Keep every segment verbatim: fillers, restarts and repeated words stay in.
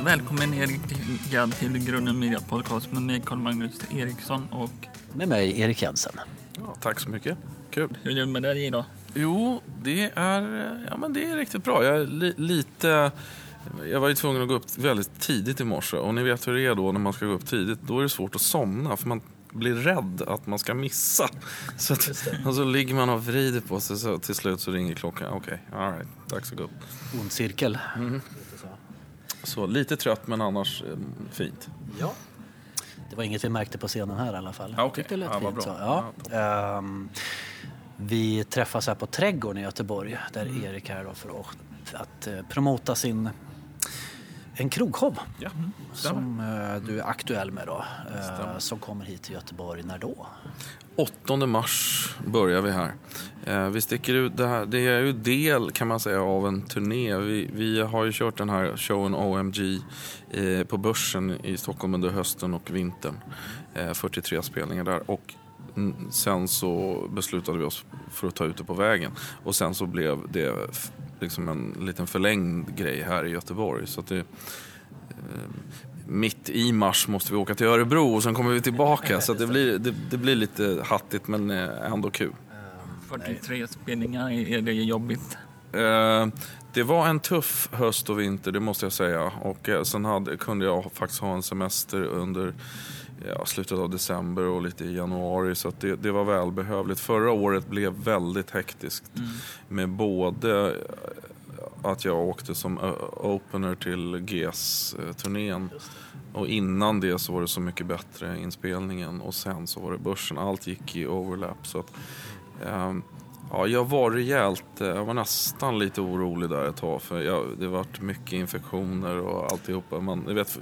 välkommen Erik Gadd till Grunden Media Podcast med mig Carl-Magnus Eriksson och med mig Erik Jensen. Ja, tack så mycket. Kul. Hur är det med dig idag? Jo, det är, ja, men det är riktigt bra. Jag är li, lite... Jag var ju tvungen att gå upp väldigt tidigt i morse. Och ni vet hur det är då när man ska gå upp tidigt. Då är det svårt att somna för man blir rädd att man ska missa. Så att, och så ligger man och vrider på sig så till slut så ringer klockan. Okej, okay, all right, dags att gå upp. Ond cirkel. Mm. Så lite trött men annars eh, fint. Ja. Det var inget vi märkte på scenen här i alla fall. Ja, okej. Det lät Ja, fint, bra. så. Ja. Ja, um, vi träffas här på Trädgården i Göteborg där mm. Erik är då för att, att uh, promota sin en krogshow ja, som uh, du är aktuell med då. Uh, som kommer hit till Göteborg när då? åttonde mars börjar vi här. Eh, vi sticker ut det här. Det är ju del kan man säga av en turné. Vi, vi har ju kört den här showen O M G eh, på Börsen i Stockholm under hösten och vintern. Eh, fyrtiotre spelningar där. Och n- sen så beslutade vi oss för att ta ut det på vägen. Och sen så blev det f- liksom en liten förlängd grej här i Göteborg. Så att det... Eh, mitt i mars måste vi åka till Örebro och sen kommer vi tillbaka. Så att det, blir, det, det blir lite hattigt men ändå kul. fyrtiotre spelningar, är det jobbigt? Eh, det var en tuff höst och vinter, det måste jag säga. Och eh, sen hade, kunde jag faktiskt ha en semester under ja, slutet av december och lite i januari. Så att det, det var välbehövligt. Förra året blev väldigt hektiskt. Mm. Med både att jag åkte som opener till G S-turnén. Och innan det så var det Så mycket bättre inspelningen. Och sen så var det Börsen. Allt gick i overlap. Så att, um, ja, jag var rejält, jag var nästan lite orolig där ett tag. För jag, det har varit mycket infektioner och alltihopa. Man, jag vet,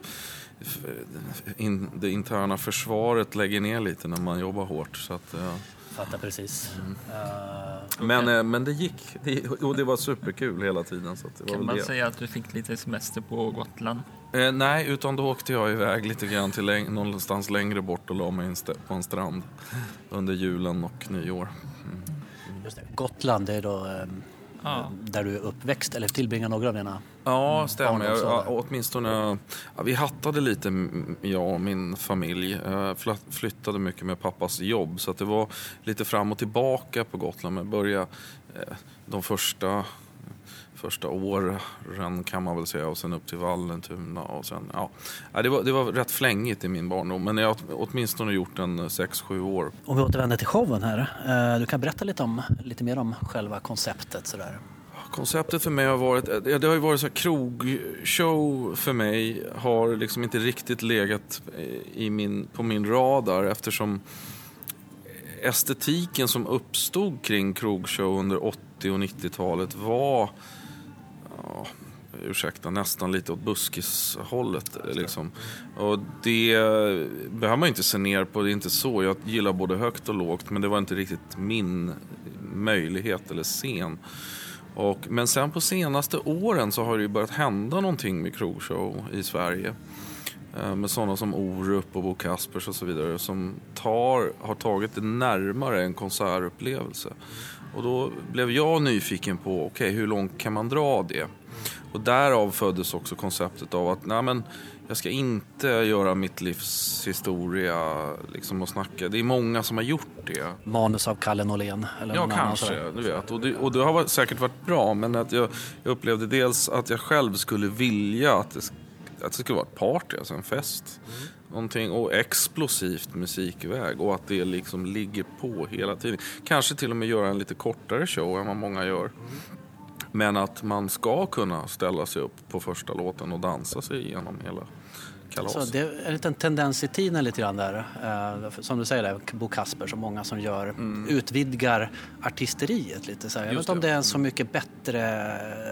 in, det interna försvaret lägger ner lite när man jobbar hårt. Så att, ja. Fattar precis. Mm. Uh, men, okay. men det gick. Det, och det var superkul hela tiden. Så att det var kan väl man det. säga att du fick lite semester på Gotland? Eh, nej, utan då åkte jag iväg lite grann till läng- någonstans längre bort och la mig st- på en strand under julen och nyår. Mm. Just det. Gotland är då eh, ja. där du är uppväxt eller tillbringar några av dina Ja, stämmer. Jag, ja, åtminstone, ja, vi hattade lite, jag och min familj. Jag flyttade mycket med pappas jobb så att det var lite fram och tillbaka på Gotland. Men börja eh, de första... första åren kan man väl säga och sen upp till Vallentuna och sen ja, det var det var rätt flängigt i min barndom men jag har åtminstone gjort en sex sju år. Om vi återvänder till showen här. Du kan berätta lite om lite mer om själva konceptet så där. Konceptet för mig har varit det har ju varit så här, krogshow för mig har liksom inte riktigt legat i min på min radar eftersom estetiken som uppstod kring krogshow under åttio- och nittiotalet var ja, ursäkta, nästan lite åt buskishållet liksom. Och det behöver man inte se ner på, det är inte så. Jag gillar både högt och lågt men det var inte riktigt min möjlighet eller scen. Och, men sen på senaste åren så har det ju börjat hända någonting med krogshow i Sverige. Med sådana som Orup och Bo Kaspers och så vidare som tar, har tagit det närmare en konsertupplevelse. Och då blev jag nyfiken på okej, okay, hur långt kan man dra det? Och därav föddes också konceptet av att nej men jag ska inte göra mitt livs historia liksom och snacka. Det är många som har gjort det. Manus av Kalle Norlén eller ja, någon kanske, annan, du vet. Och det, och det har säkert varit bra men att jag, jag upplevde dels att jag själv skulle vilja att det att det skulle vara ett party, alltså en fest. Mm. Någonting, och explosivt musikväg och att det liksom ligger på hela tiden. Kanske till och med göra en lite kortare show än vad många gör. Mm. Men att man ska kunna ställa sig upp på första låten och dansa sig igenom hela kalaset. Så det är en liten tendens i tiden lite grann där. Uh, som du säger där, Bo Kasper och många som gör mm. utvidgar artisteriet lite så här. Jag vet inte om det är en så mycket bättre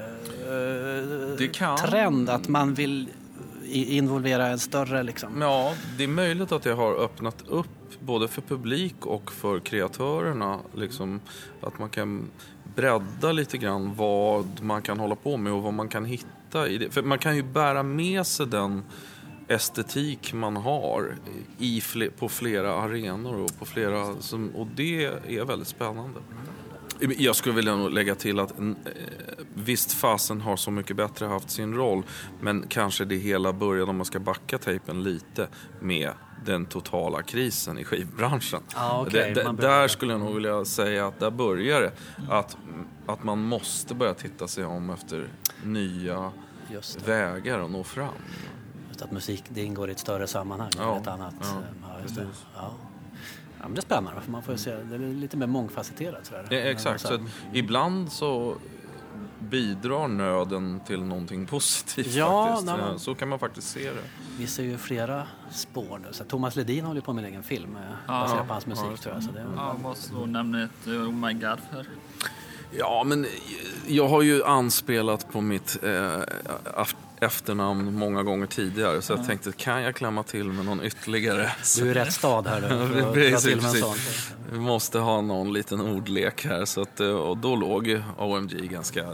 uh, det kan. trend att man vill involvera en större liksom. Ja, det är möjligt att det har öppnat upp både för publik och för kreatörerna liksom, att man kan bredda lite grann vad man kan hålla på med och vad man kan hitta i det. För man kan ju bära med sig den estetik man har i fler, på flera arenor och på flera som, och det är väldigt spännande. Jag skulle vilja nog lägga till att visst fasen har Så mycket bättre haft sin roll, men kanske det hela började, om man ska backa tejpen lite, med den totala krisen i skivbranschen. Ah, okay. det, det, där skulle jag nog vilja säga att där börjar det. Att, att man måste börja titta sig om efter nya vägar att nå fram. Just att musik, det ingår i ett större sammanhang. Ja, ett annat. ja, ja, just det. Ja. Ja, men det är spännande, för man får se, det är lite mer mångfacetterat. Sådär. Ja, exakt, så att ibland så bidrar nöden till någonting positivt, ja, faktiskt. Nej, men... Så kan man faktiskt se det. Vi ser ju flera spår nu. Så Thomas Ledin håller på med en egen film ja, baserat på hans musik, ja, tror jag. Så det är... Ja, vad så nämner ett Oh My God för? Ja, men jag har ju anspelat på mitt eh, efternamn många gånger tidigare, så jag ja. tänkte, kan jag klämma till med någon ytterligare? Du är rätt stad här nu. precis, precis. Vi måste ha någon liten ordlek här, så att, och då låg ju O M G ganska...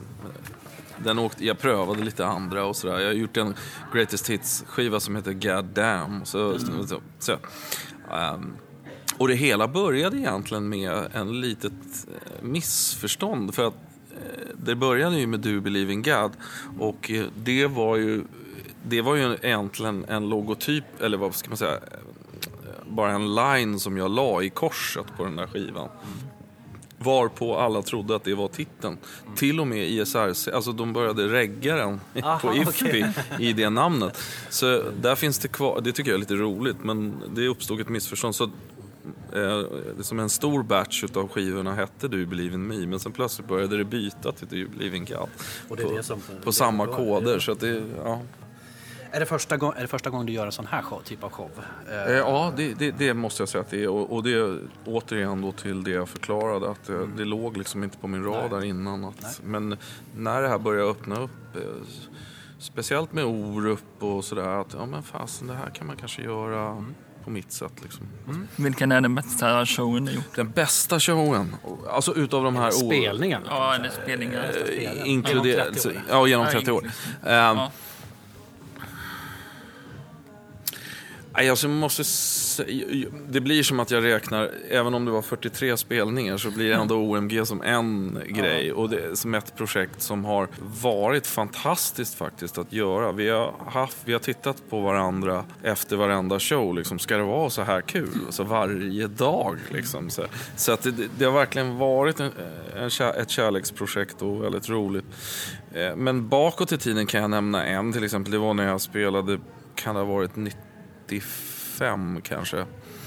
Den åkte, jag prövade lite andra och sådär. Jag har gjort en Greatest Hits-skiva som heter God Damn. Så, så, så, um, och det hela började egentligen med en litet missförstånd. För att det började ju med Do Believe in God. Och det var ju, det var ju egentligen en logotyp, eller vad ska man säga, bara en line som jag la i korset på den där skivan. Varpå alla trodde att det var titeln. Mm. Till och med I S R C, alltså de började regga den Aha, på I F P I okay. i det namnet. Så där finns det kvar, det tycker jag är lite roligt, men det uppstod ett missförstånd. Så eh, som en stor batch av skivorna hette Do You Believe in Me, men sen plötsligt började det byta till Do You Believe in God. Och det är på, det som, på det samma koder, det. Så att det, ja. Är det, första gång, är det första gången du gör en sån här show, typ av show? Eh, ja, det, det, det måste jag säga att det är. Och, och det är återigen då till det jag förklarade. Att mm. det låg liksom inte på min radar Nej. innan. Att, men när det här började öppna upp, eh, speciellt med Orup och sådär. Att ja men fasen, det här kan man kanske göra mm. på mitt sätt liksom. Mm. Vilken är den bästa showen du gjort? Den bästa showen? Alltså utav de här... Spelningen? Ja, eller spelningen. Eh, inkluderat. Ja, genom trettio år. Ja, eh, ja. Alltså, måste se, det blir som att jag räknar, även om det var fyrtiotre spelningar så blir det ändå O M G som en grej, och det är som ett projekt som har varit fantastiskt faktiskt att göra. Vi har, haft, vi har tittat på varandra efter varenda show, liksom, ska det vara så här kul? Alltså varje dag liksom. Så, så att det, det har verkligen varit en, en, ett kärleksprojekt och väldigt roligt. Men bakåt i tiden kan jag nämna en, till exempel, det var när jag spelade, kan det ha varit nittiofem kanske,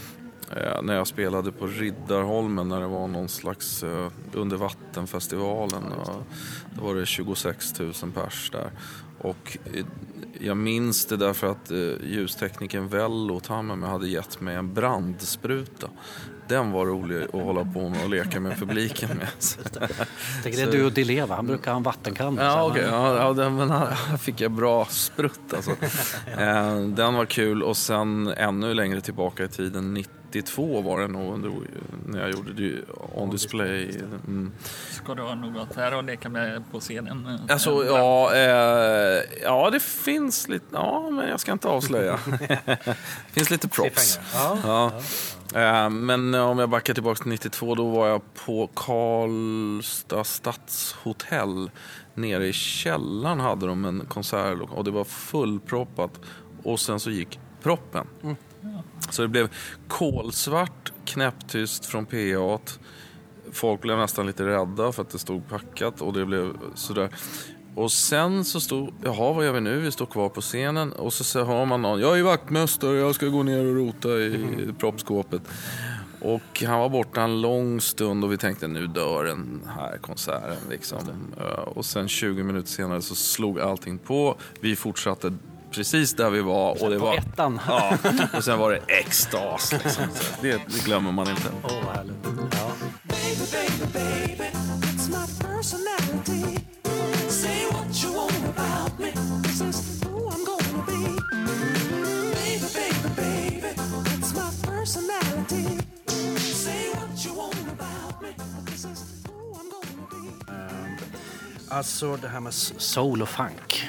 eh, när jag spelade på Riddarholmen när det var någon slags eh, undervattenfestivalen. Och då var det tjugosex tusen pers där. Och eh, jag minns det därför att eh, ljustekniken Vello Tamme hade gett mig en brandspruta. Den var rolig att hålla på med och leka med publiken med. Jag tänker det är du och Dileva, han brukar ha en vattenkanna. Ja, okej. Okay. Ja, ja, den, men här fick jag bra sprutt alltså. eh, den var kul, och sen ännu längre tillbaka i tiden, nittiotvå var det nog när jag gjorde det on display. Mm. Ska du ha något här och leka med på scenen? Alltså, ja, eh, ja, det finns lite, ja, men jag ska inte avslöja. Det finns lite props. Ja. Ja. Ja. Men om jag backar tillbaka till nittiotvå, då var jag på Karlstad stadshotell. Nere i källaren hade de en konsert och det var fullproppat. Och sen så gick proppen. Mm. Så det blev kolsvart, knäpptyst från P A. Folk blev nästan lite rädda för att det stod packat, och det blev sådär. Och sen så stod, jaha, vad gör vi nu? Vi står kvar på scenen, och så, så har man någon, jag är vaktmästare, jag ska gå ner och rota i mm. proppskåpet. Och han var borta en lång stund och vi tänkte, nu dör den här konserten liksom. Och sen tjugo minuter senare så slog allting på. Vi fortsatte precis där vi var, och det var ettan. Ja, och sen var det extas liksom. det, det glömmer man inte. Åh, oh, härligt. Ja. Baby, baby, baby, it's my personality. Say what you want about me. This is who I'm gonna be. Baby, baby, baby, it's my personality. Say what you want about me. This is who I'm gonna be. Uh, alltså det här med soul och funk.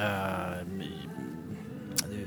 Uh,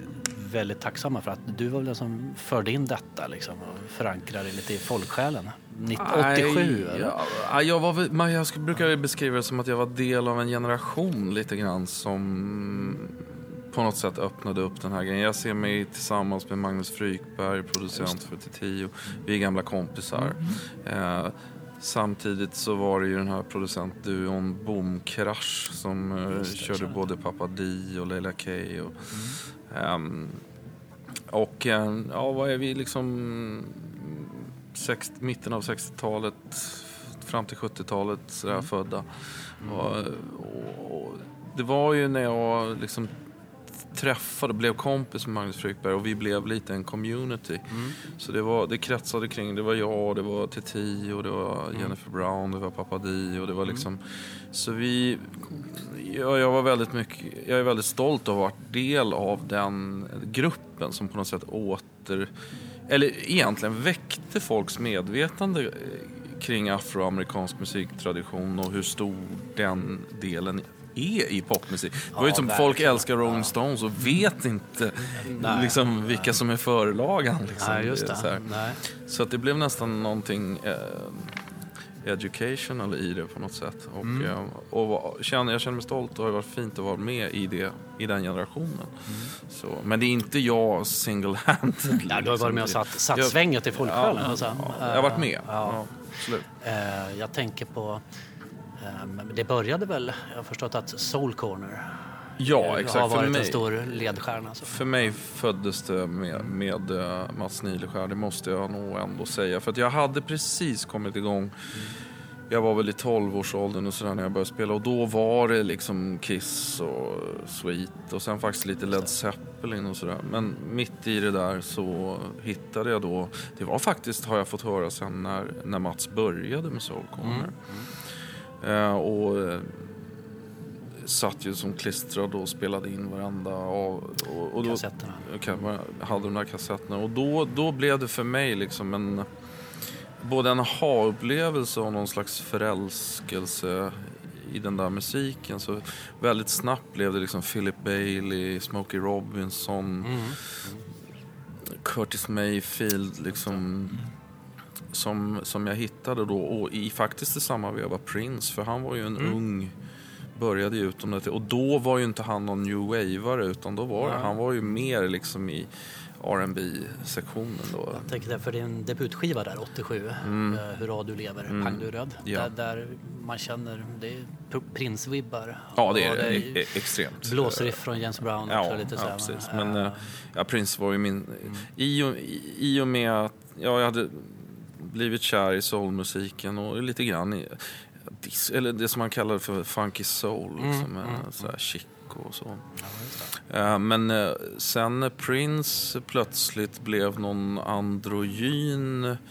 väldigt tacksamma för att du var den som förde in detta liksom, och förankrade lite i folksjälen. åttiosju? Aj, ja, jag, var, man, jag brukar beskriva det som att jag var del av en generation lite grann som på något sätt öppnade upp den här grejen. Jag ser mig tillsammans med Magnus Frykberg, producent för T tio. Vi är gamla kompisar. Mm. Eh, samtidigt så var det ju den här producentduon Boom Crush som eh, körde både Papa Di och Leila K. Och, mm. eh, och eh, ja, vad är vi liksom sex, mitten av sextiotalet fram till sjuttiotalet sådär mm. födda. Mm. Och, och, och det var ju när jag liksom träffade, blev kompis med Magnus Frykberg och vi blev lite en community. Mm. Så det var, det kretsade kring, det var jag, det var T tio och det var mm. Jennifer Brown, det var Papa Di och det var liksom mm. så vi ja, jag var väldigt mycket, jag är väldigt stolt att ha varit del av den gruppen som på något sätt åter eller egentligen väckte folks medvetande kring afroamerikansk musiktradition och hur stor den delen är i popmusik. Det var ju ja, som folk älskar Rolling Stones och vet inte liksom, vilka som är förlagan. Liksom. Nej, just det. Så, Nej. så att det blev nästan någonting eh, educational i det på något sätt. Och, mm. eh, och känner, jag känner mig stolt och det har varit fint att vara med i, det, i den generationen. Mm. Så, men det är inte jag single-handed. Ja, du har varit med och satt, satt jag, svänget i folksjälen. Ja, alltså. ja, jag har varit med. Ja. Ja, absolut. Uh, jag tänker på det började väl, jag har förstått att Soul Corner ja, exakt. har varit för mig, en stor ledstjärna. Alltså. För mig föddes det med, med uh, Mats Nileskär, det måste jag nog ändå säga. För att jag hade precis kommit igång, mm. jag var väl i tolv-årsåldern och sådär när jag började spela. Och då var det liksom Kiss och Sweet och sen faktiskt lite Led Zeppelin och sådär. Men mitt i det där så hittade jag då, det var faktiskt, har jag fått höra sen när, när Mats började med Soul Corner. Mm. Mm. Uh, och uh, satt ju som klistrad och spelade in varenda av, och, och då, kassetterna. Okay, hade de där kassetterna. Och då, då blev det för mig liksom en både en aha-upplevelse och någon slags förälskelse i den där musiken. Så väldigt snabbt blev det liksom Philip Bailey, Smokey Robinson, mm. Curtis Mayfield liksom. Mm. Som, som jag hittade då och i faktiskt det samma veva Prince, för han var ju en mm. ung, började ju utom det, och då var ju inte han någon new wave-are utan då var ja. han var ju mer liksom i R and B-sektionen då. Jag tänker därför din debutskiva där åttiosju, mm. uh, Hurra du lever, mm. Pang du är röd, ja. där, där man känner det är Prince-vibbar. Ja, det är, det är e- extremt. Blåsriff från James Brown ja, också lite så ja, precis. Men uh, ja, Prince var ju min mm. i, och, i, i och med att ja, jag hade blivit kär i soulmusiken och lite grann i eller det som man kallar för funky soul liksom, mm, mm, så här chic och så. Ja, uh, men uh, sen Prince plötsligt blev någon androgyn uh,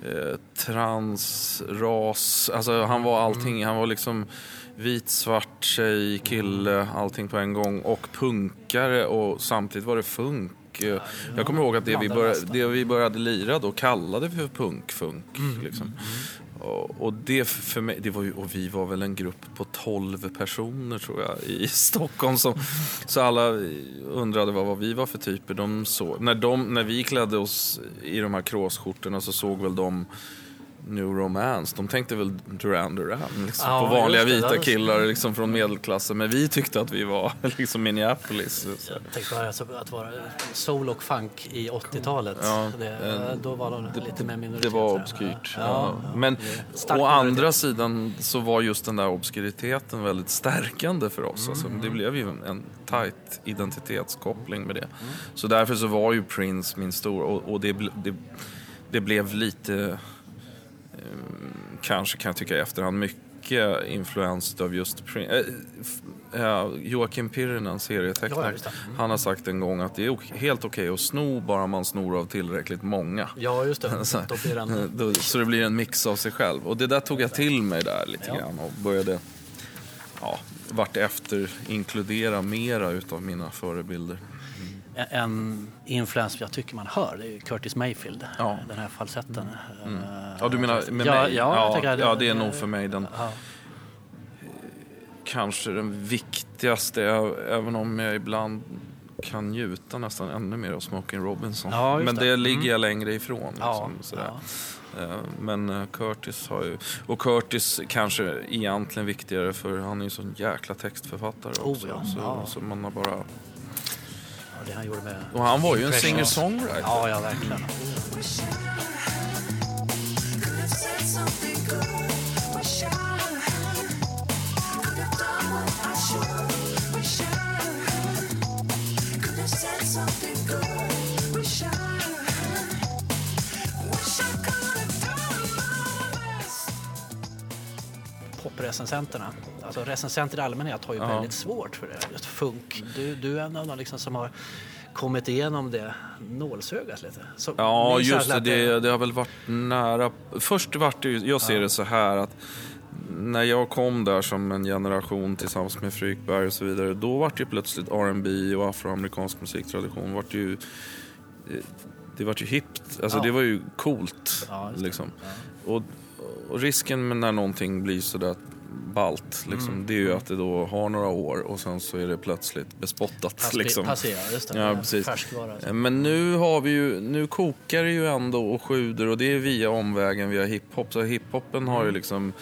transras, alltså han var allting, han var liksom vit, svart tjej, kille, allting på en gång och punkare och samtidigt var det funk. Jag kommer ihåg att det vi, började, det vi började lira då kallade vi för punk-funk. Mm, liksom. mm, mm. Och, och det för mig, det var ju, och vi var väl en grupp på tolv personer tror jag i Stockholm. Som, så alla undrade vad, vad vi var för typer. De såg, när, de, när vi klädde oss i de här kråsskjortorna så såg väl de New Romance. De tänkte väl Duran Duran liksom, ja, på vanliga det, vita killar liksom, från medelklassen. Men vi tyckte att vi var liksom Minneapolis. Så. Jag tänkte bara alltså, att vara soul och funk i åttiotalet. Ja, det, då var de det, lite mer minoritet. Det var obskyrt. Ja, ja. Ja. Men å andra sidan så var just den där obskuriteten väldigt stärkande för oss. Mm. Alltså, det blev ju en, en tight identitetskoppling med det. Mm. Så därför så var ju Prince min stor. Och, och det, det, det blev lite... Kanske kan jag tycka i efterhand mycket influens av just Prince. Äh, äh, Joakim Pirinen, serietecknare, ja, han har sagt en gång att det är helt okej att sno bara man snor av tillräckligt många. Ja, just det. så, då blir en... då, så det blir en mix av sig själv. Och det där tog jag till mig där lite ja. grann och började ja, vart efter inkludera mera utav mina förebilder. En influens jag tycker man hör, det är Curtis Mayfield, ja. den här falsetten. Mm. Ja, du menar med ja, mig? Ja, ja, det, ja, det är nog för mig den ja. kanske den viktigaste, även om jag ibland kan njuta nästan ännu mer av Smoking Robinson. Ja, just men det, det. ligger jag Mm. längre ifrån. Liksom, Ja, sådär. ja. Eh, Men eh, Curtis har ju... Och Curtis kanske egentligen viktigare, för han är ju sån jäkla textförfattare Oh, också. ja. Så, Ja. så man har bara... Ja, det han gjorde med... Och han var ju en Impression. singer-songwriter. Ja, ja, verkligen. Poprecensenterna, alltså recensenter i allmänhet har ju Ja. väldigt svårt för det, just funk. Du, du är en av dem liksom som har kommit igenom det nålsögat lite. Så, Ja, minns just det, att det. Det har väl varit nära... Först vart det ju... Jag ser det så här att när jag kom där som en generation tillsammans med Frykberg och så vidare, då var det ju plötsligt R and B och afroamerikansk musiktradition. Vart ju, det var ju hippt. Alltså Ja. det var ju coolt. Ja, just det. Liksom. Och, och risken med när någonting blir sådär balt, liksom, Mm. det är ju att det då har några år och sen så är det plötsligt bespottat. Pass, Liksom. Passera, just det. Ja, precis. Färskvara. Alltså. Men nu har vi ju, nu kokar det ju ändå och sjuder, och det är via omvägen via hiphop. Så hiphopen har ju liksom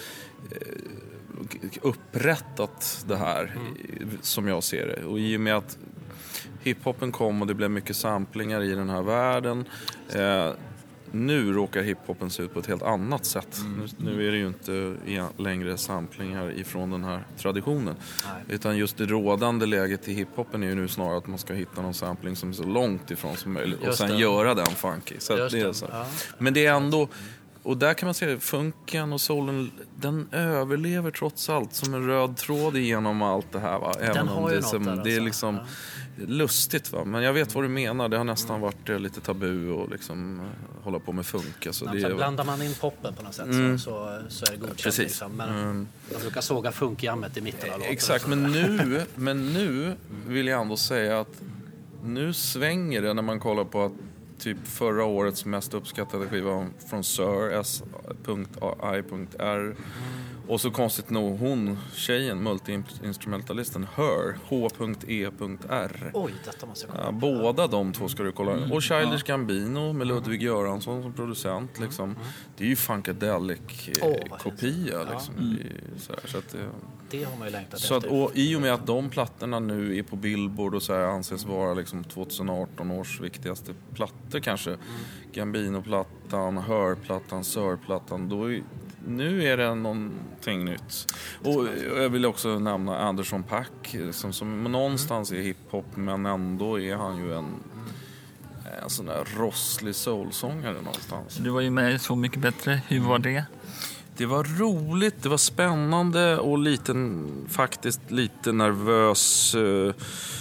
eh, upprättat det här, mm. som jag ser det. Och i och med att hiphopen kom och det blev mycket samplingar i den här världen, eh, nu råkar hiphopen se ut på ett helt annat sätt. Mm. Nu, nu är det ju inte längre samplingar ifrån den här traditionen. Nej. Utan just det rådande läget i hiphopen är ju nu snarare att man ska hitta någon sampling som är så långt ifrån som möjligt. Just och sen det. göra den funky. Så det är så. Ja. Men det är ändå... Och där kan man se funken och soulen, den överlever trots allt som en röd tråd igenom allt det här. Va? Även den om har det, ju som, något där, det är alltså. liksom ja. lustigt, va? Men jag vet vad du menar. Det har nästan mm. varit lite tabu att liksom hålla på med funk. Alltså, ja, det är... Blandar man in poppen på något sätt mm. så, så är det godkänt. Precis. Liksom. Men mm. de brukar såga funkjammet i mitten av låten. Exakt, men nu, men nu vill jag ändå säga att nu svänger det när man kollar på att typ förra årets mest uppskattade skiva från Sir, S I R. Och så konstigt nog hon, tjejen, multi-instrumentalisten, Her, H E R. Oj, detta måste jag kolla. Ja, båda de två ska du kolla. Mm. Och Childish Gambino med Ludvig Göransson som producent. Mm. Liksom. Det är ju Funkadelic-kopia. Oh, liksom. mm. så, så att, det har man ju längtat så efter. Att, och i och med att de plattorna nu är på Billboard och så här anses vara liksom tjugo arton års viktigaste plattor kanske. Mm. Gambino-plattan, Her-plattan, Sir-plattan. Då är, nu är det någonting nytt. Och jag vill också nämna Anderson .Paak som, som någonstans är hiphop, men ändå är han ju en, en sån där rosslig soulsångare någonstans. Du var ju med i Så mycket bättre. Hur var det? Det var roligt, det var spännande och lite, faktiskt lite nervös. Uh,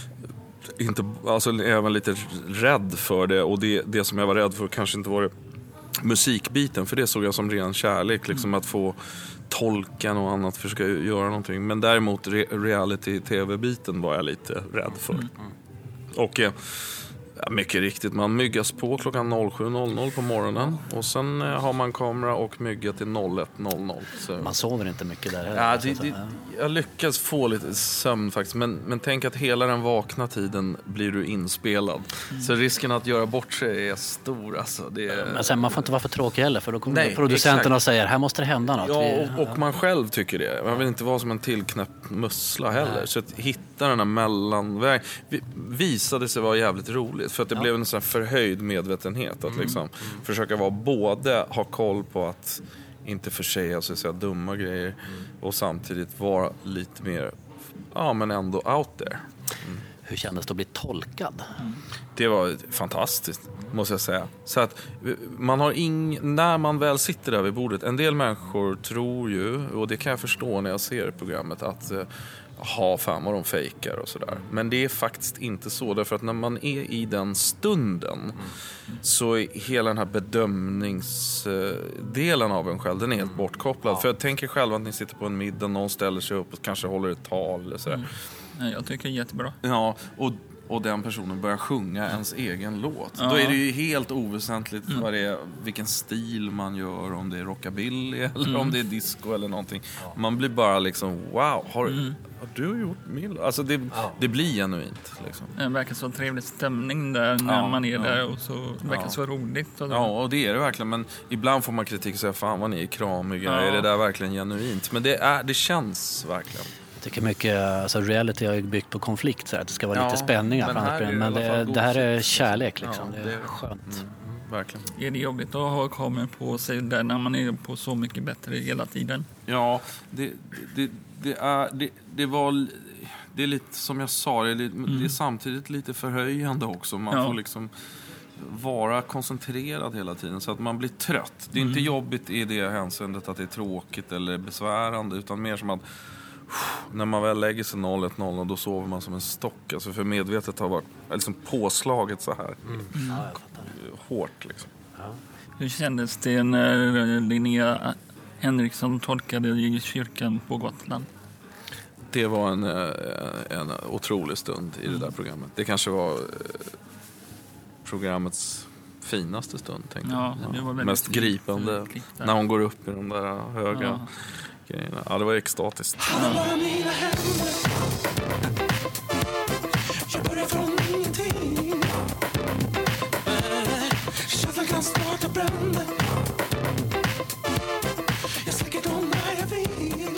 inte, alltså även lite rädd för det. Och det, det som jag var rädd för kanske inte var det musikbiten, för det såg jag som ren kärlek, liksom att få tolken och annat, försöka göra någonting. Men däremot re- reality-tv-biten var jag lite rädd för. Mm. Och eh, ja, mycket riktigt, man myggas på klockan sju på morgonen och sen eh, har man kamera och mygga till ett så. Man sover inte mycket där heller. Ja, det, det, jag lyckas få lite sömn faktiskt, men, men tänk att hela den vakna tiden blir du inspelad. Mm. Så risken att göra bort sig är stor. Alltså. Det är... Men sen, man får inte vara för tråkig heller, för då kommer Nej, producenterna exakt. och säger här måste det hända något. Ja, och, och man själv tycker det. Man vill inte vara som en tillknäppt mussla heller. Nej. Så att hitta den här mellanväg visade sig vara jävligt roligt. För att det ja. blev en sån här förhöjd medvetenhet. Att mm. liksom mm. försöka vara både ha koll på att inte försäga sig så dumma grejer mm. och samtidigt vara lite mer, ja men ändå out there. Mm. Hur kändes det att bli tolkad? Mm. Det var fantastiskt, måste jag säga. Så att man har ing, när man väl sitter där vid bordet, en del människor tror ju, och det kan jag förstå när jag ser programmet, att ha fan vad de fejkar och sådär. Men det är faktiskt inte så, därför att när man är i den stunden mm. så är hela den här bedömningsdelen av en själv, den är helt bortkopplad. Ja. För jag tänker själv att ni sitter på en middag, någon ställer sig upp och kanske håller ett tal eller sådär. Mm. Jag tycker det är jättebra. Ja, och och den personen börjar sjunga ens egen låt. Ja. Då är det ju helt oväsentligt mm. vad det är, vilken stil man gör, om det är rockabilly eller mm. om det är disco eller någonting. Man blir bara liksom, wow, har, mm. har du gjort min? Alltså det, ja. det blir genuint. Liksom. Det verkar så trevlig stämning där när ja, man är ja. där och så det verkar ja. så roligt. Så ja, och det är det verkligen. Men ibland får man kritik och säga, fan vad ni är kramiga. Ja. Är det där verkligen genuint? Men det, är, det känns verkligen. Jag tycker mycket, alltså reality har ju byggt på konflikt så att det ska vara ja, lite spänningar. Men, här, men det, det här är kärlek liksom, ja, det är skönt. Mm, verkligen. Är det jobbigt att ha kameror på sig där när man är på Så mycket bättre hela tiden? Ja, det, det, det, är, det, det var... Det är lite som jag sa, det är, lite, mm. det är samtidigt lite förhöjande också. Man ja. får liksom vara koncentrerad hela tiden så att man blir trött. Det är mm. inte jobbigt i det hänseendet att det är tråkigt eller besvärande, utan mer som att när man väl lägger sig noll ett noll och då sover man som en stock. Alltså för medvetet har varit liksom påslaget så här. Mm. Mm. Ja, jag fattar det. Hårt liksom. Ja. Hur kändes det när Linnea Henriksson tolkade i kyrkan på Gotland? Det var en, en otrolig stund i det där programmet. Det kanske var programmets finaste stund, tänkte ja, jag. Det var mest gripande. När hon går upp i de där höga ja. grejerna. Ja, det var extatiskt. Ja. Jag börjar från ingenting. Känslan kan starta bränder. Jag släcker dem när jag vill.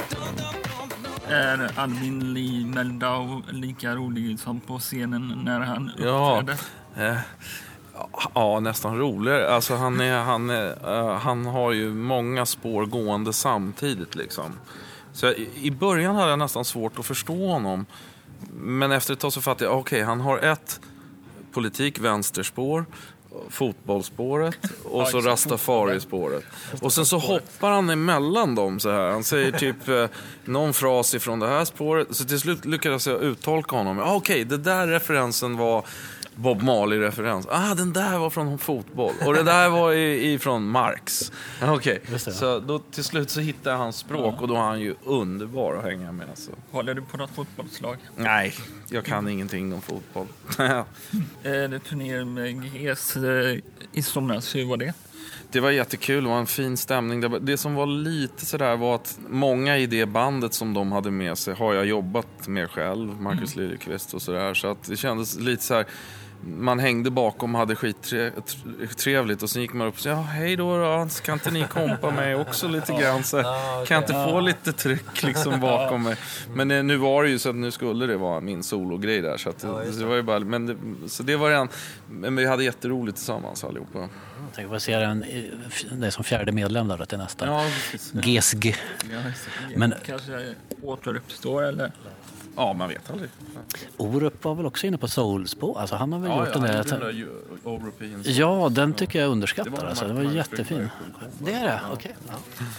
Är Albin Lee Meldau lika rolig som på scenen när han uppträdde? Ja, eh, ja nästan roligare. Alltså han, är, han, är, uh, han har ju många spår gående samtidigt. Liksom. Så jag, i början hade jag nästan svårt att förstå honom. Men efter ett tag så fattade jag, okej, okay, han har ett politik-vänsterspår, fotbollsspåret och så Rastafari-spåret. Och sen så hoppar han emellan dem så här. Han säger typ eh, någon fras ifrån det här spåret. Så till slut lyckades jag uttolka honom. Ah, okej, okay, det där referensen var Bob Marley-referens. Ah, den där var från fotboll. Och det där var ifrån Marx. Okej, okay. Så då till slut så hittade jag hans språk ja. och då är han ju underbar att hänga med. Så. Håller du på något fotbollslag? Nej, jag kan mm. ingenting om fotboll. Det turnerade med G S i somras, hur var det? Det var jättekul, det var en fin stämning. Det, det som var lite sådär var att många i det bandet som de hade med sig har jag jobbat med själv, Marcus mm. Liljeqvist och sådär. Så att det kändes lite så här. Man hängde bakom och hade skittrevligt och sen gick man upp och sa, ja hej då, då kan inte ni kompa mig också lite grann så kan jag inte få lite tryck liksom bakom mig. Men nu var det ju så att nu skulle det vara min sologrej där så att det, det var ju bara, men det, så det var en, men vi hade jätteroligt tillsammans allihopa. Jag tänker få se den, det är som fjärde medlem där till nästa. Ja, G S G. Men kanske återuppstår eller? Ja, man vet aldrig. Orup var väl också inne på soulspår. Alltså han har väl ja, gjort ja, den där. Den där European ja, den tycker jag underskattar. Det var, alltså. Den var jättefin. Det är det, okej. Okay.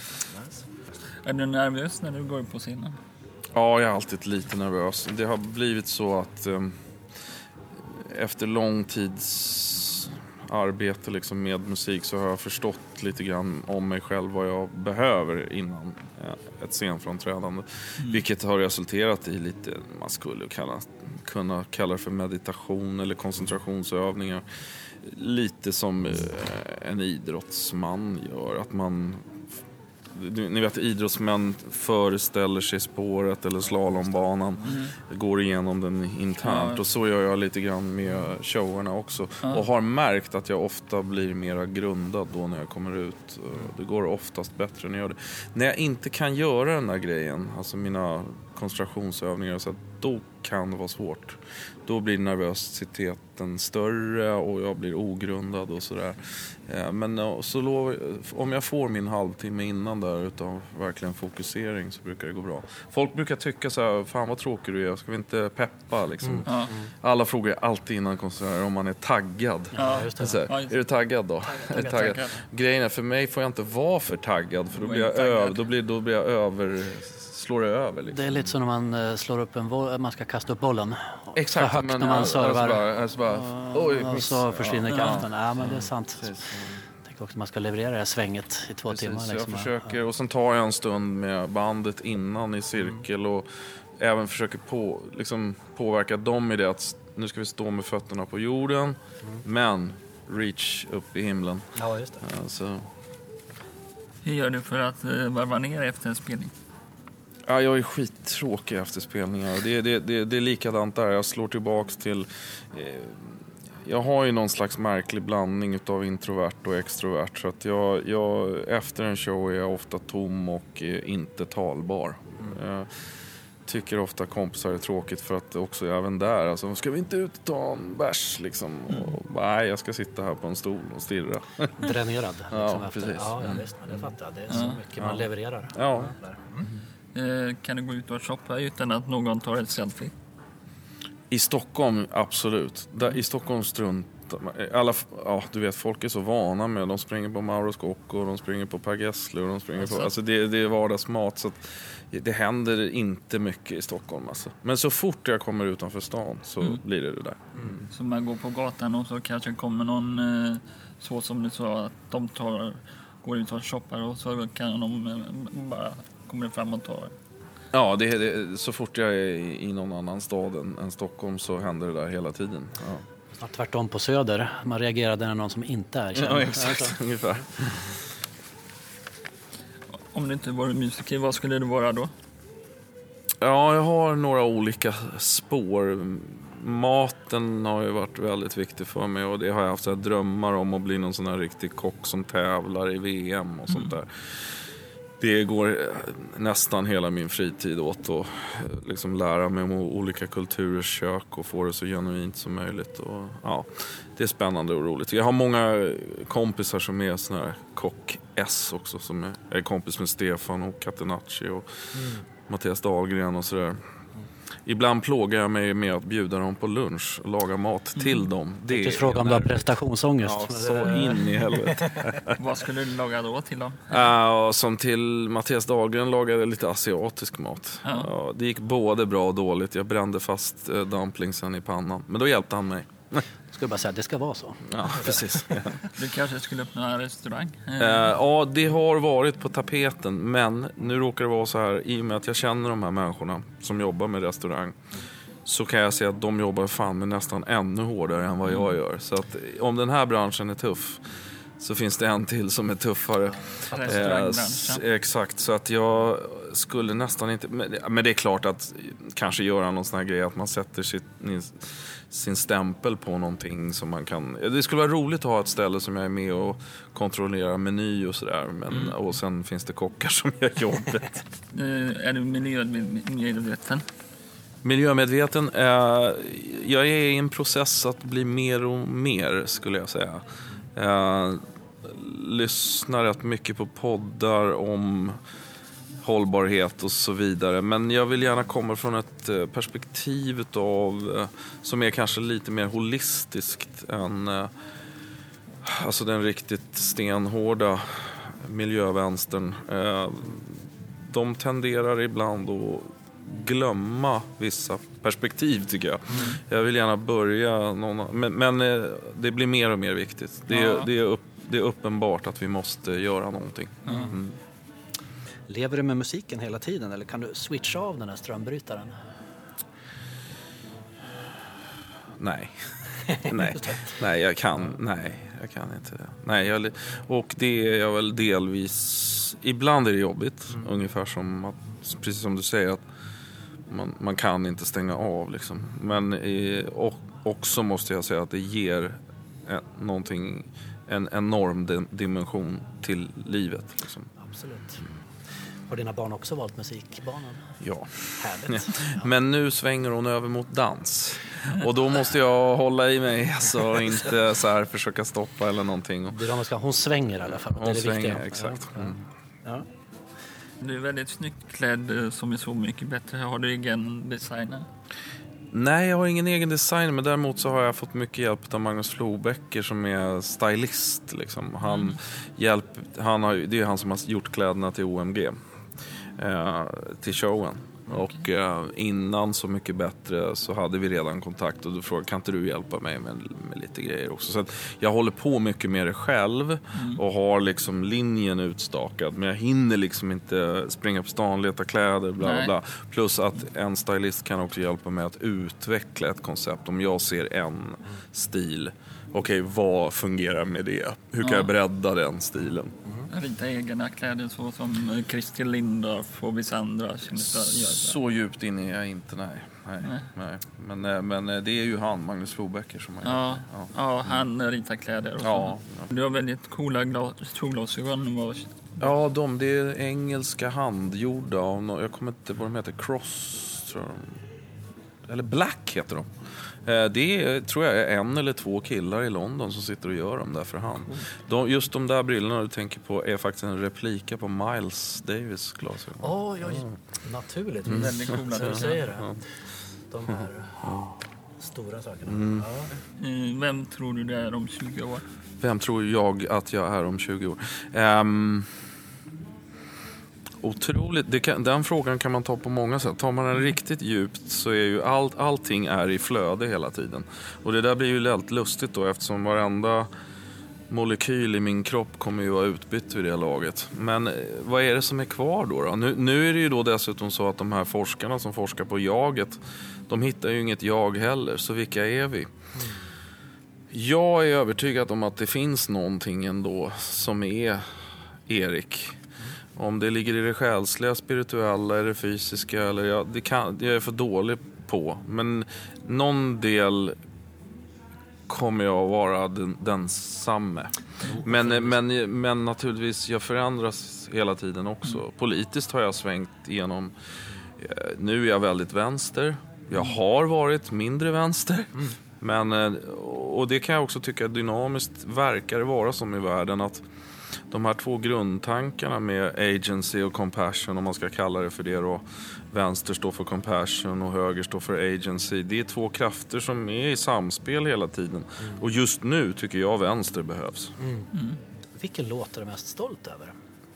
Ja. Är du nervös när du går på scenen? Ja, jag är alltid lite nervös. Det har blivit så att um, efter lång tids arbete liksom med musik så har jag förstått lite grann om mig själv vad jag behöver innan ett scenframträdande. Mm. Vilket har resulterat i lite, man skulle kalla, kunna kalla det för meditation eller koncentrationsövningar. Lite som en idrottsman gör. Att man, ni vet, idrottsmän föreställer sig spåret eller slalombanan, mm. går igenom den internt. Ja. Och så gör jag lite grann med showerna också. Ja. Och har märkt att jag ofta blir mer grundad då när jag kommer ut. Det går oftast bättre när jag gör det. När jag inte kan göra den där grejen, alltså mina koncentrationsövningar, så att då kan det vara svårt. Då blir nervositeten större och jag blir ogrundad och sådär. Men så lov, om jag får min halvtimme innan där utav verkligen fokusering så brukar det gå bra. Folk brukar tycka så här, fan vad tråkig du är, ska vi inte peppa liksom? Mm. Alla frågar alltid innan konserter om man är taggad. Ja, just det. Så här, är du taggad då? Taggad, taggad. taggad. Grejen är, för mig får jag inte vara för taggad, för då blir jag, ö- då blir, då blir jag över... slår det över liksom. Det är lite som när man slår upp en boll, man ska kasta upp bollen. Exakt, för högt men, när man servar. Alltså bara, alltså bara, oj, och så försvinner ja. kraften. Ja, men det är sant. Jag tänker också att man ska leverera det här svänget i två Precis, timmar. Liksom. Jag försöker, och sen tar jag en stund med bandet innan i cirkel och även försöker på, liksom, påverka dem i det att nu ska vi stå med fötterna på jorden, mm. men reach upp i himlen. Ja, just det. Alltså. Hur gör du för att uh, varva ner efter en spelning? Ja, jag är skittråkig efter spelningar. Det, det, det, det är likadant där. Jag slår tillbaks till... Eh, jag har ju någon slags märklig blandning av introvert och extrovert. Så att jag, jag, efter en show är jag ofta tom och eh, inte talbar. Mm. Jag tycker ofta kompisar är tråkigt för att också även där, alltså, ska vi inte ut och ta en bärs liksom? Mm. Och, nej, jag ska sitta här på en stol och stirra. Dränerad. Liksom, ja, efter. precis. Ja, ja, visst, det fattar jag. Det är så ja. mycket man ja. levererar. Ja. Mm. Eh, kan du gå ut och shoppa utan att någon tar ett selfie? I Stockholm, absolut. Där, I Stockholm strunt. Alla, ja, du vet, folk är så vana med. De springer på Mauro Scocco, de springer på Per Gessle och de springer alltså. på... Alltså det, det är vardagsmat, så att det händer inte mycket i Stockholm. Alltså. Men så fort jag kommer utanför stan så mm. blir det det där. Mm. Så man går på gatan och så kanske kommer någon, eh, så som du sa, att de tar, går ut och shoppar och så kan de eh, bara komma fram och ta det. Ja, det, det, så fort jag är i, i någon annan stad än, än Stockholm så händer det där hela tiden. Ja. Snart tvärtom på Söder. Man reagerade när någon som inte är känd. Ja, exakt. Alltså. Ungefär. Om du inte vore musiker, vad skulle det vara då? Ja, jag har några olika spår. Maten har ju varit väldigt viktig för mig och det har jag haft så här drömmar om att bli någon sån här riktig kock som tävlar i V M och sånt där. Det går nästan hela min fritid åt att liksom lära mig om olika kulturers kök och få det så genuint som möjligt. Och, ja, det är spännande och roligt. Jag har många kompisar som är såna här kock-S också, som är, är kompis med Stefan och Catenacci och mm. Mattias Dahlgren och sådär. Ibland plågar jag mig med att bjuda dem på lunch och laga mat mm. till dem. Det är fråga om du har prestationsångest. Ja, så in i helvete. Vad skulle du laga då till dem? Uh, som till Mattias Dahlgren lagade lite asiatisk mat. Ja. Uh, det gick både bra och dåligt. Jag brände fast uh, dumplingsen i pannan. Men då hjälpte han mig. Jag skulle bara säga att det ska vara så. Ja, precis. Du kanske skulle öppna en restaurang? Uh, ja, det har varit på tapeten. Men nu råkar det vara så här, i och med att jag känner de här människorna som jobbar med restaurang, så kan jag säga att de jobbar fan med nästan ännu hårdare än vad jag gör. Så att om den här branschen är tuff, så finns det en till som är tuffare. Restaurangbranschen. Eh, exakt, så att jag skulle nästan inte... Men det är klart att kanske göra någon sån här grej att man sätter sitt, sin stämpel på någonting som man kan... Det skulle vara roligt att ha ett ställe som jag är med och kontrollerar meny och sådär. Men, mm. Och sen finns det kockar som gör jobbet. Är du miljömedveten? Miljömedveten, eh, jag är i en process att bli mer och mer, skulle jag säga. Jag lyssnar rätt mycket på poddar om hållbarhet och så vidare. Men jag vill gärna komma från ett perspektiv av, som är kanske lite mer holistiskt än alltså den riktigt stenhårda miljövänstern. De tenderar ibland att glömma vissa perspektiv, tycker jag. Mm. Jag vill gärna börja någon, men, men det blir mer och mer viktigt. Det, ja. det, är, upp, det är uppenbart att vi måste göra någonting. Mm. Mm. Lever du med musiken hela tiden eller kan du switcha av den här strömbrytaren? Nej. nej. nej, jag kan. Nej, jag kan inte det. Nej, jag, och det är jag väl delvis. Ibland är det jobbigt, mm. ungefär som att, precis som du säger, att Man, man kan inte stänga av liksom. Men i, och, också måste jag säga att det ger en, någonting, en enorm de, dimension till livet liksom. Absolut. Har dina barn också valt musikbanan? Ja. Härligt. Ja. Men nu svänger hon över mot dans. Och då måste jag hålla i mig så inte så här försöka stoppa eller någonting. Det är de ska, hon svänger i alla fall. Hon det är det svänger, viktiga. exakt. Ja. Mm. Ja. Du är väldigt snyggt klädd som är så mycket bättre. Har du egen designer? Nej, jag har ingen egen design, men däremot så har jag fått mycket hjälp av Magnus Flobecker som är stylist. Liksom. Han mm. hjälp, han har, det är han som har gjort kläderna till O M G, eh, till showen. Och eh, innan Så mycket bättre så hade vi redan kontakt och då frågade, kan inte du hjälpa mig med, med lite grejer också. Så att jag håller på mycket med det själv mm. och har liksom linjen utstakad. Men jag hinner liksom inte springa på stan, leta kläder, bla bla bla. Plus att en stylist kan också hjälpa mig att utveckla ett koncept. Om jag ser en stil, okej, okay, vad fungerar med det? Hur kan ja. jag bredda den stilen? Mm. Rita egna kläder så som Christer Lindorff och vissa andra. Så djupt in är jag inte, nej. nej, nej. nej. Men, men det är ju han, Magnus Flobecker, som har ja. ja. ja, han ritar kläder. Och ja. Du har väldigt coola glas, solglasögon. Ja, de, det är engelska handgjorda. Jag kommer inte vad de heter. Cross, tror jag. Eller Black heter de. Det är, tror jag, är en eller två killar i London som sitter och gör dem där för hand. De, just de där brillorna du tänker på är faktiskt en replika på Miles Davis glasögon. Åh, oh, ja, naturligt. Mm. Väldigt coola. Så du säger det. Ja. De här ja, stora sakerna. Mm. Ja. Vem tror du det är om tjugo år? Vem tror jag att jag är om tjugo år? Um, Otroligt. Det kan, den frågan kan man ta på många sätt. Tar man den riktigt djupt så är ju allt, allting är i flöde hela tiden. Och det där blir ju väldigt lustigt då, eftersom varenda molekyl i min kropp kommer ju vara utbytt vid det laget. Men vad är det som är kvar då? då? Nu, nu är det ju då dessutom så att de här forskarna som forskar på jaget, de hittar ju inget jag heller. Så vilka är vi? Jag är övertygad om att det finns någonting ändå som är Erik. Om det ligger i det själsliga, spirituella eller fysiska, eller ja, det kan, jag är för dålig på. Men någon del kommer jag att vara den, den samme. Men, men, men naturligtvis, jag förändras hela tiden också. Politiskt har jag svängt igenom. Nu är jag väldigt vänster. Jag har varit mindre vänster. Men, och det kan jag också tycka dynamiskt verkar vara som i världen, att de här två grundtankarna med agency och compassion, om man ska kalla det för det då, vänster står för compassion och höger står för agency, det är två krafter som är i samspel hela tiden. Mm. Och just nu tycker jag vänster behövs. Mm. Mm. Vilken låt är du mest stolt över?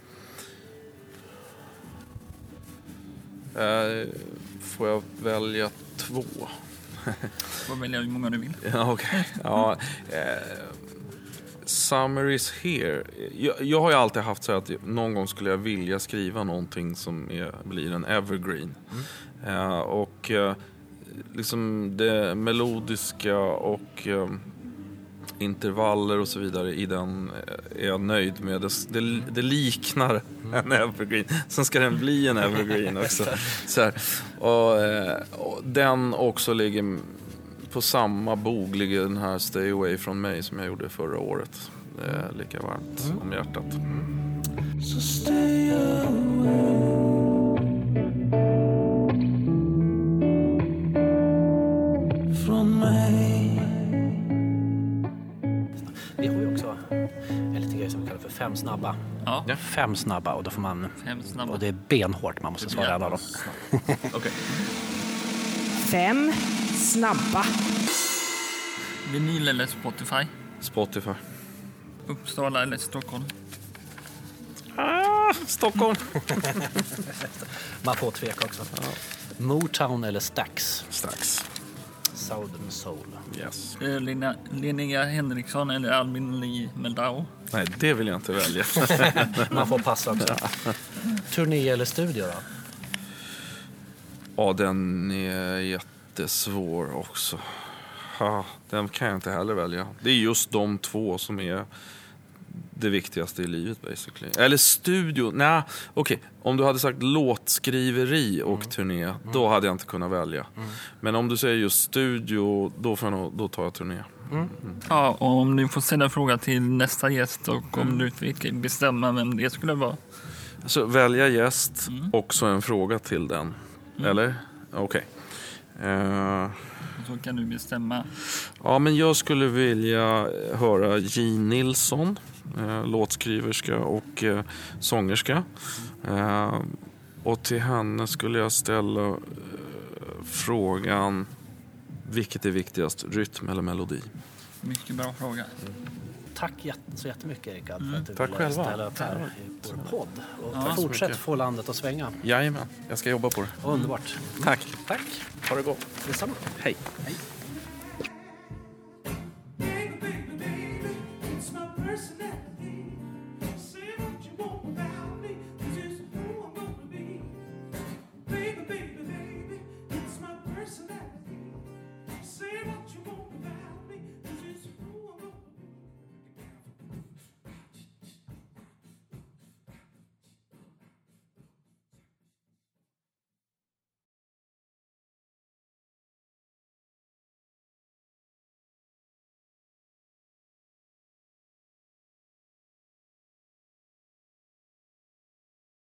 Eh, får jag välja två? Vad väljer hur många du vill? Ja, okej. Okay. Ja, eh, Summer is here. Jag, jag har ju alltid haft så att någon gång skulle jag vilja skriva någonting som är, blir en evergreen. Mm. Uh, och uh, liksom det melodiska och uh, intervaller och så vidare i den är jag nöjd med. Det, det, det liknar en evergreen. Sen ska den bli en evergreen också. Så här. Och, uh, och den också ligger på samma bog, ligger den här Stay Away From Me som jag gjorde förra året. Det är lika varmt mm. om hjärtat. So stay away from me. Vi har ju också en liten grej som vi kallar för fem snabba. Ja. Fem snabba, och då får man, fem snabba. Och det är benhårt, man måste svara alla dem. Okej. Fem snabba. Vinyl eller Spotify? Spotify. Uppsala eller Stockholm? Ah, Stockholm. Man får tveka också. Ja. Motown eller Stax? Stax. Southern Soul. Yes. Lina, Linnea Henriksson eller Albin Lee Meldau? Nej, det vill jag inte välja. Man får passa också. Turné eller studio då? Ja, den är jättesvår också. Ha, den kan jag inte heller välja. Det är just de två som är det viktigaste i livet basically. Eller studio. Nej, okej. Okay. Om du hade sagt låtskriveri och mm. turné, mm. då hade jag inte kunnat välja. Mm. Men om du säger just studio, då, får jag nog, då tar jag turné. Mm. Mm. Ja, och om du får ställa en fråga till nästa gäst och om mm. du fick bestämma vem det skulle vara. Så välja gäst mm. och så en fråga till den. Mm. Eller? Okej. Okay. Uh, så kan du bestämma. Ja, men jag skulle vilja höra Jean Nilsson, eh, låtskriverska och eh, sångerska. Eh, och till henne skulle jag ställa eh, frågan, vilket är viktigast, rytm eller melodi? Mycket bra fråga. tack jätte, så jättemycket Erik Gadd, för att du tack ville själva. ställa upp här i vår podd. Och Ja, fortsätt mycket. få landet att svänga. Jajamän, jag ska jobba på det. Underbart. Tack. Tack. Ha det gott. Detsamma. Hej. Hej.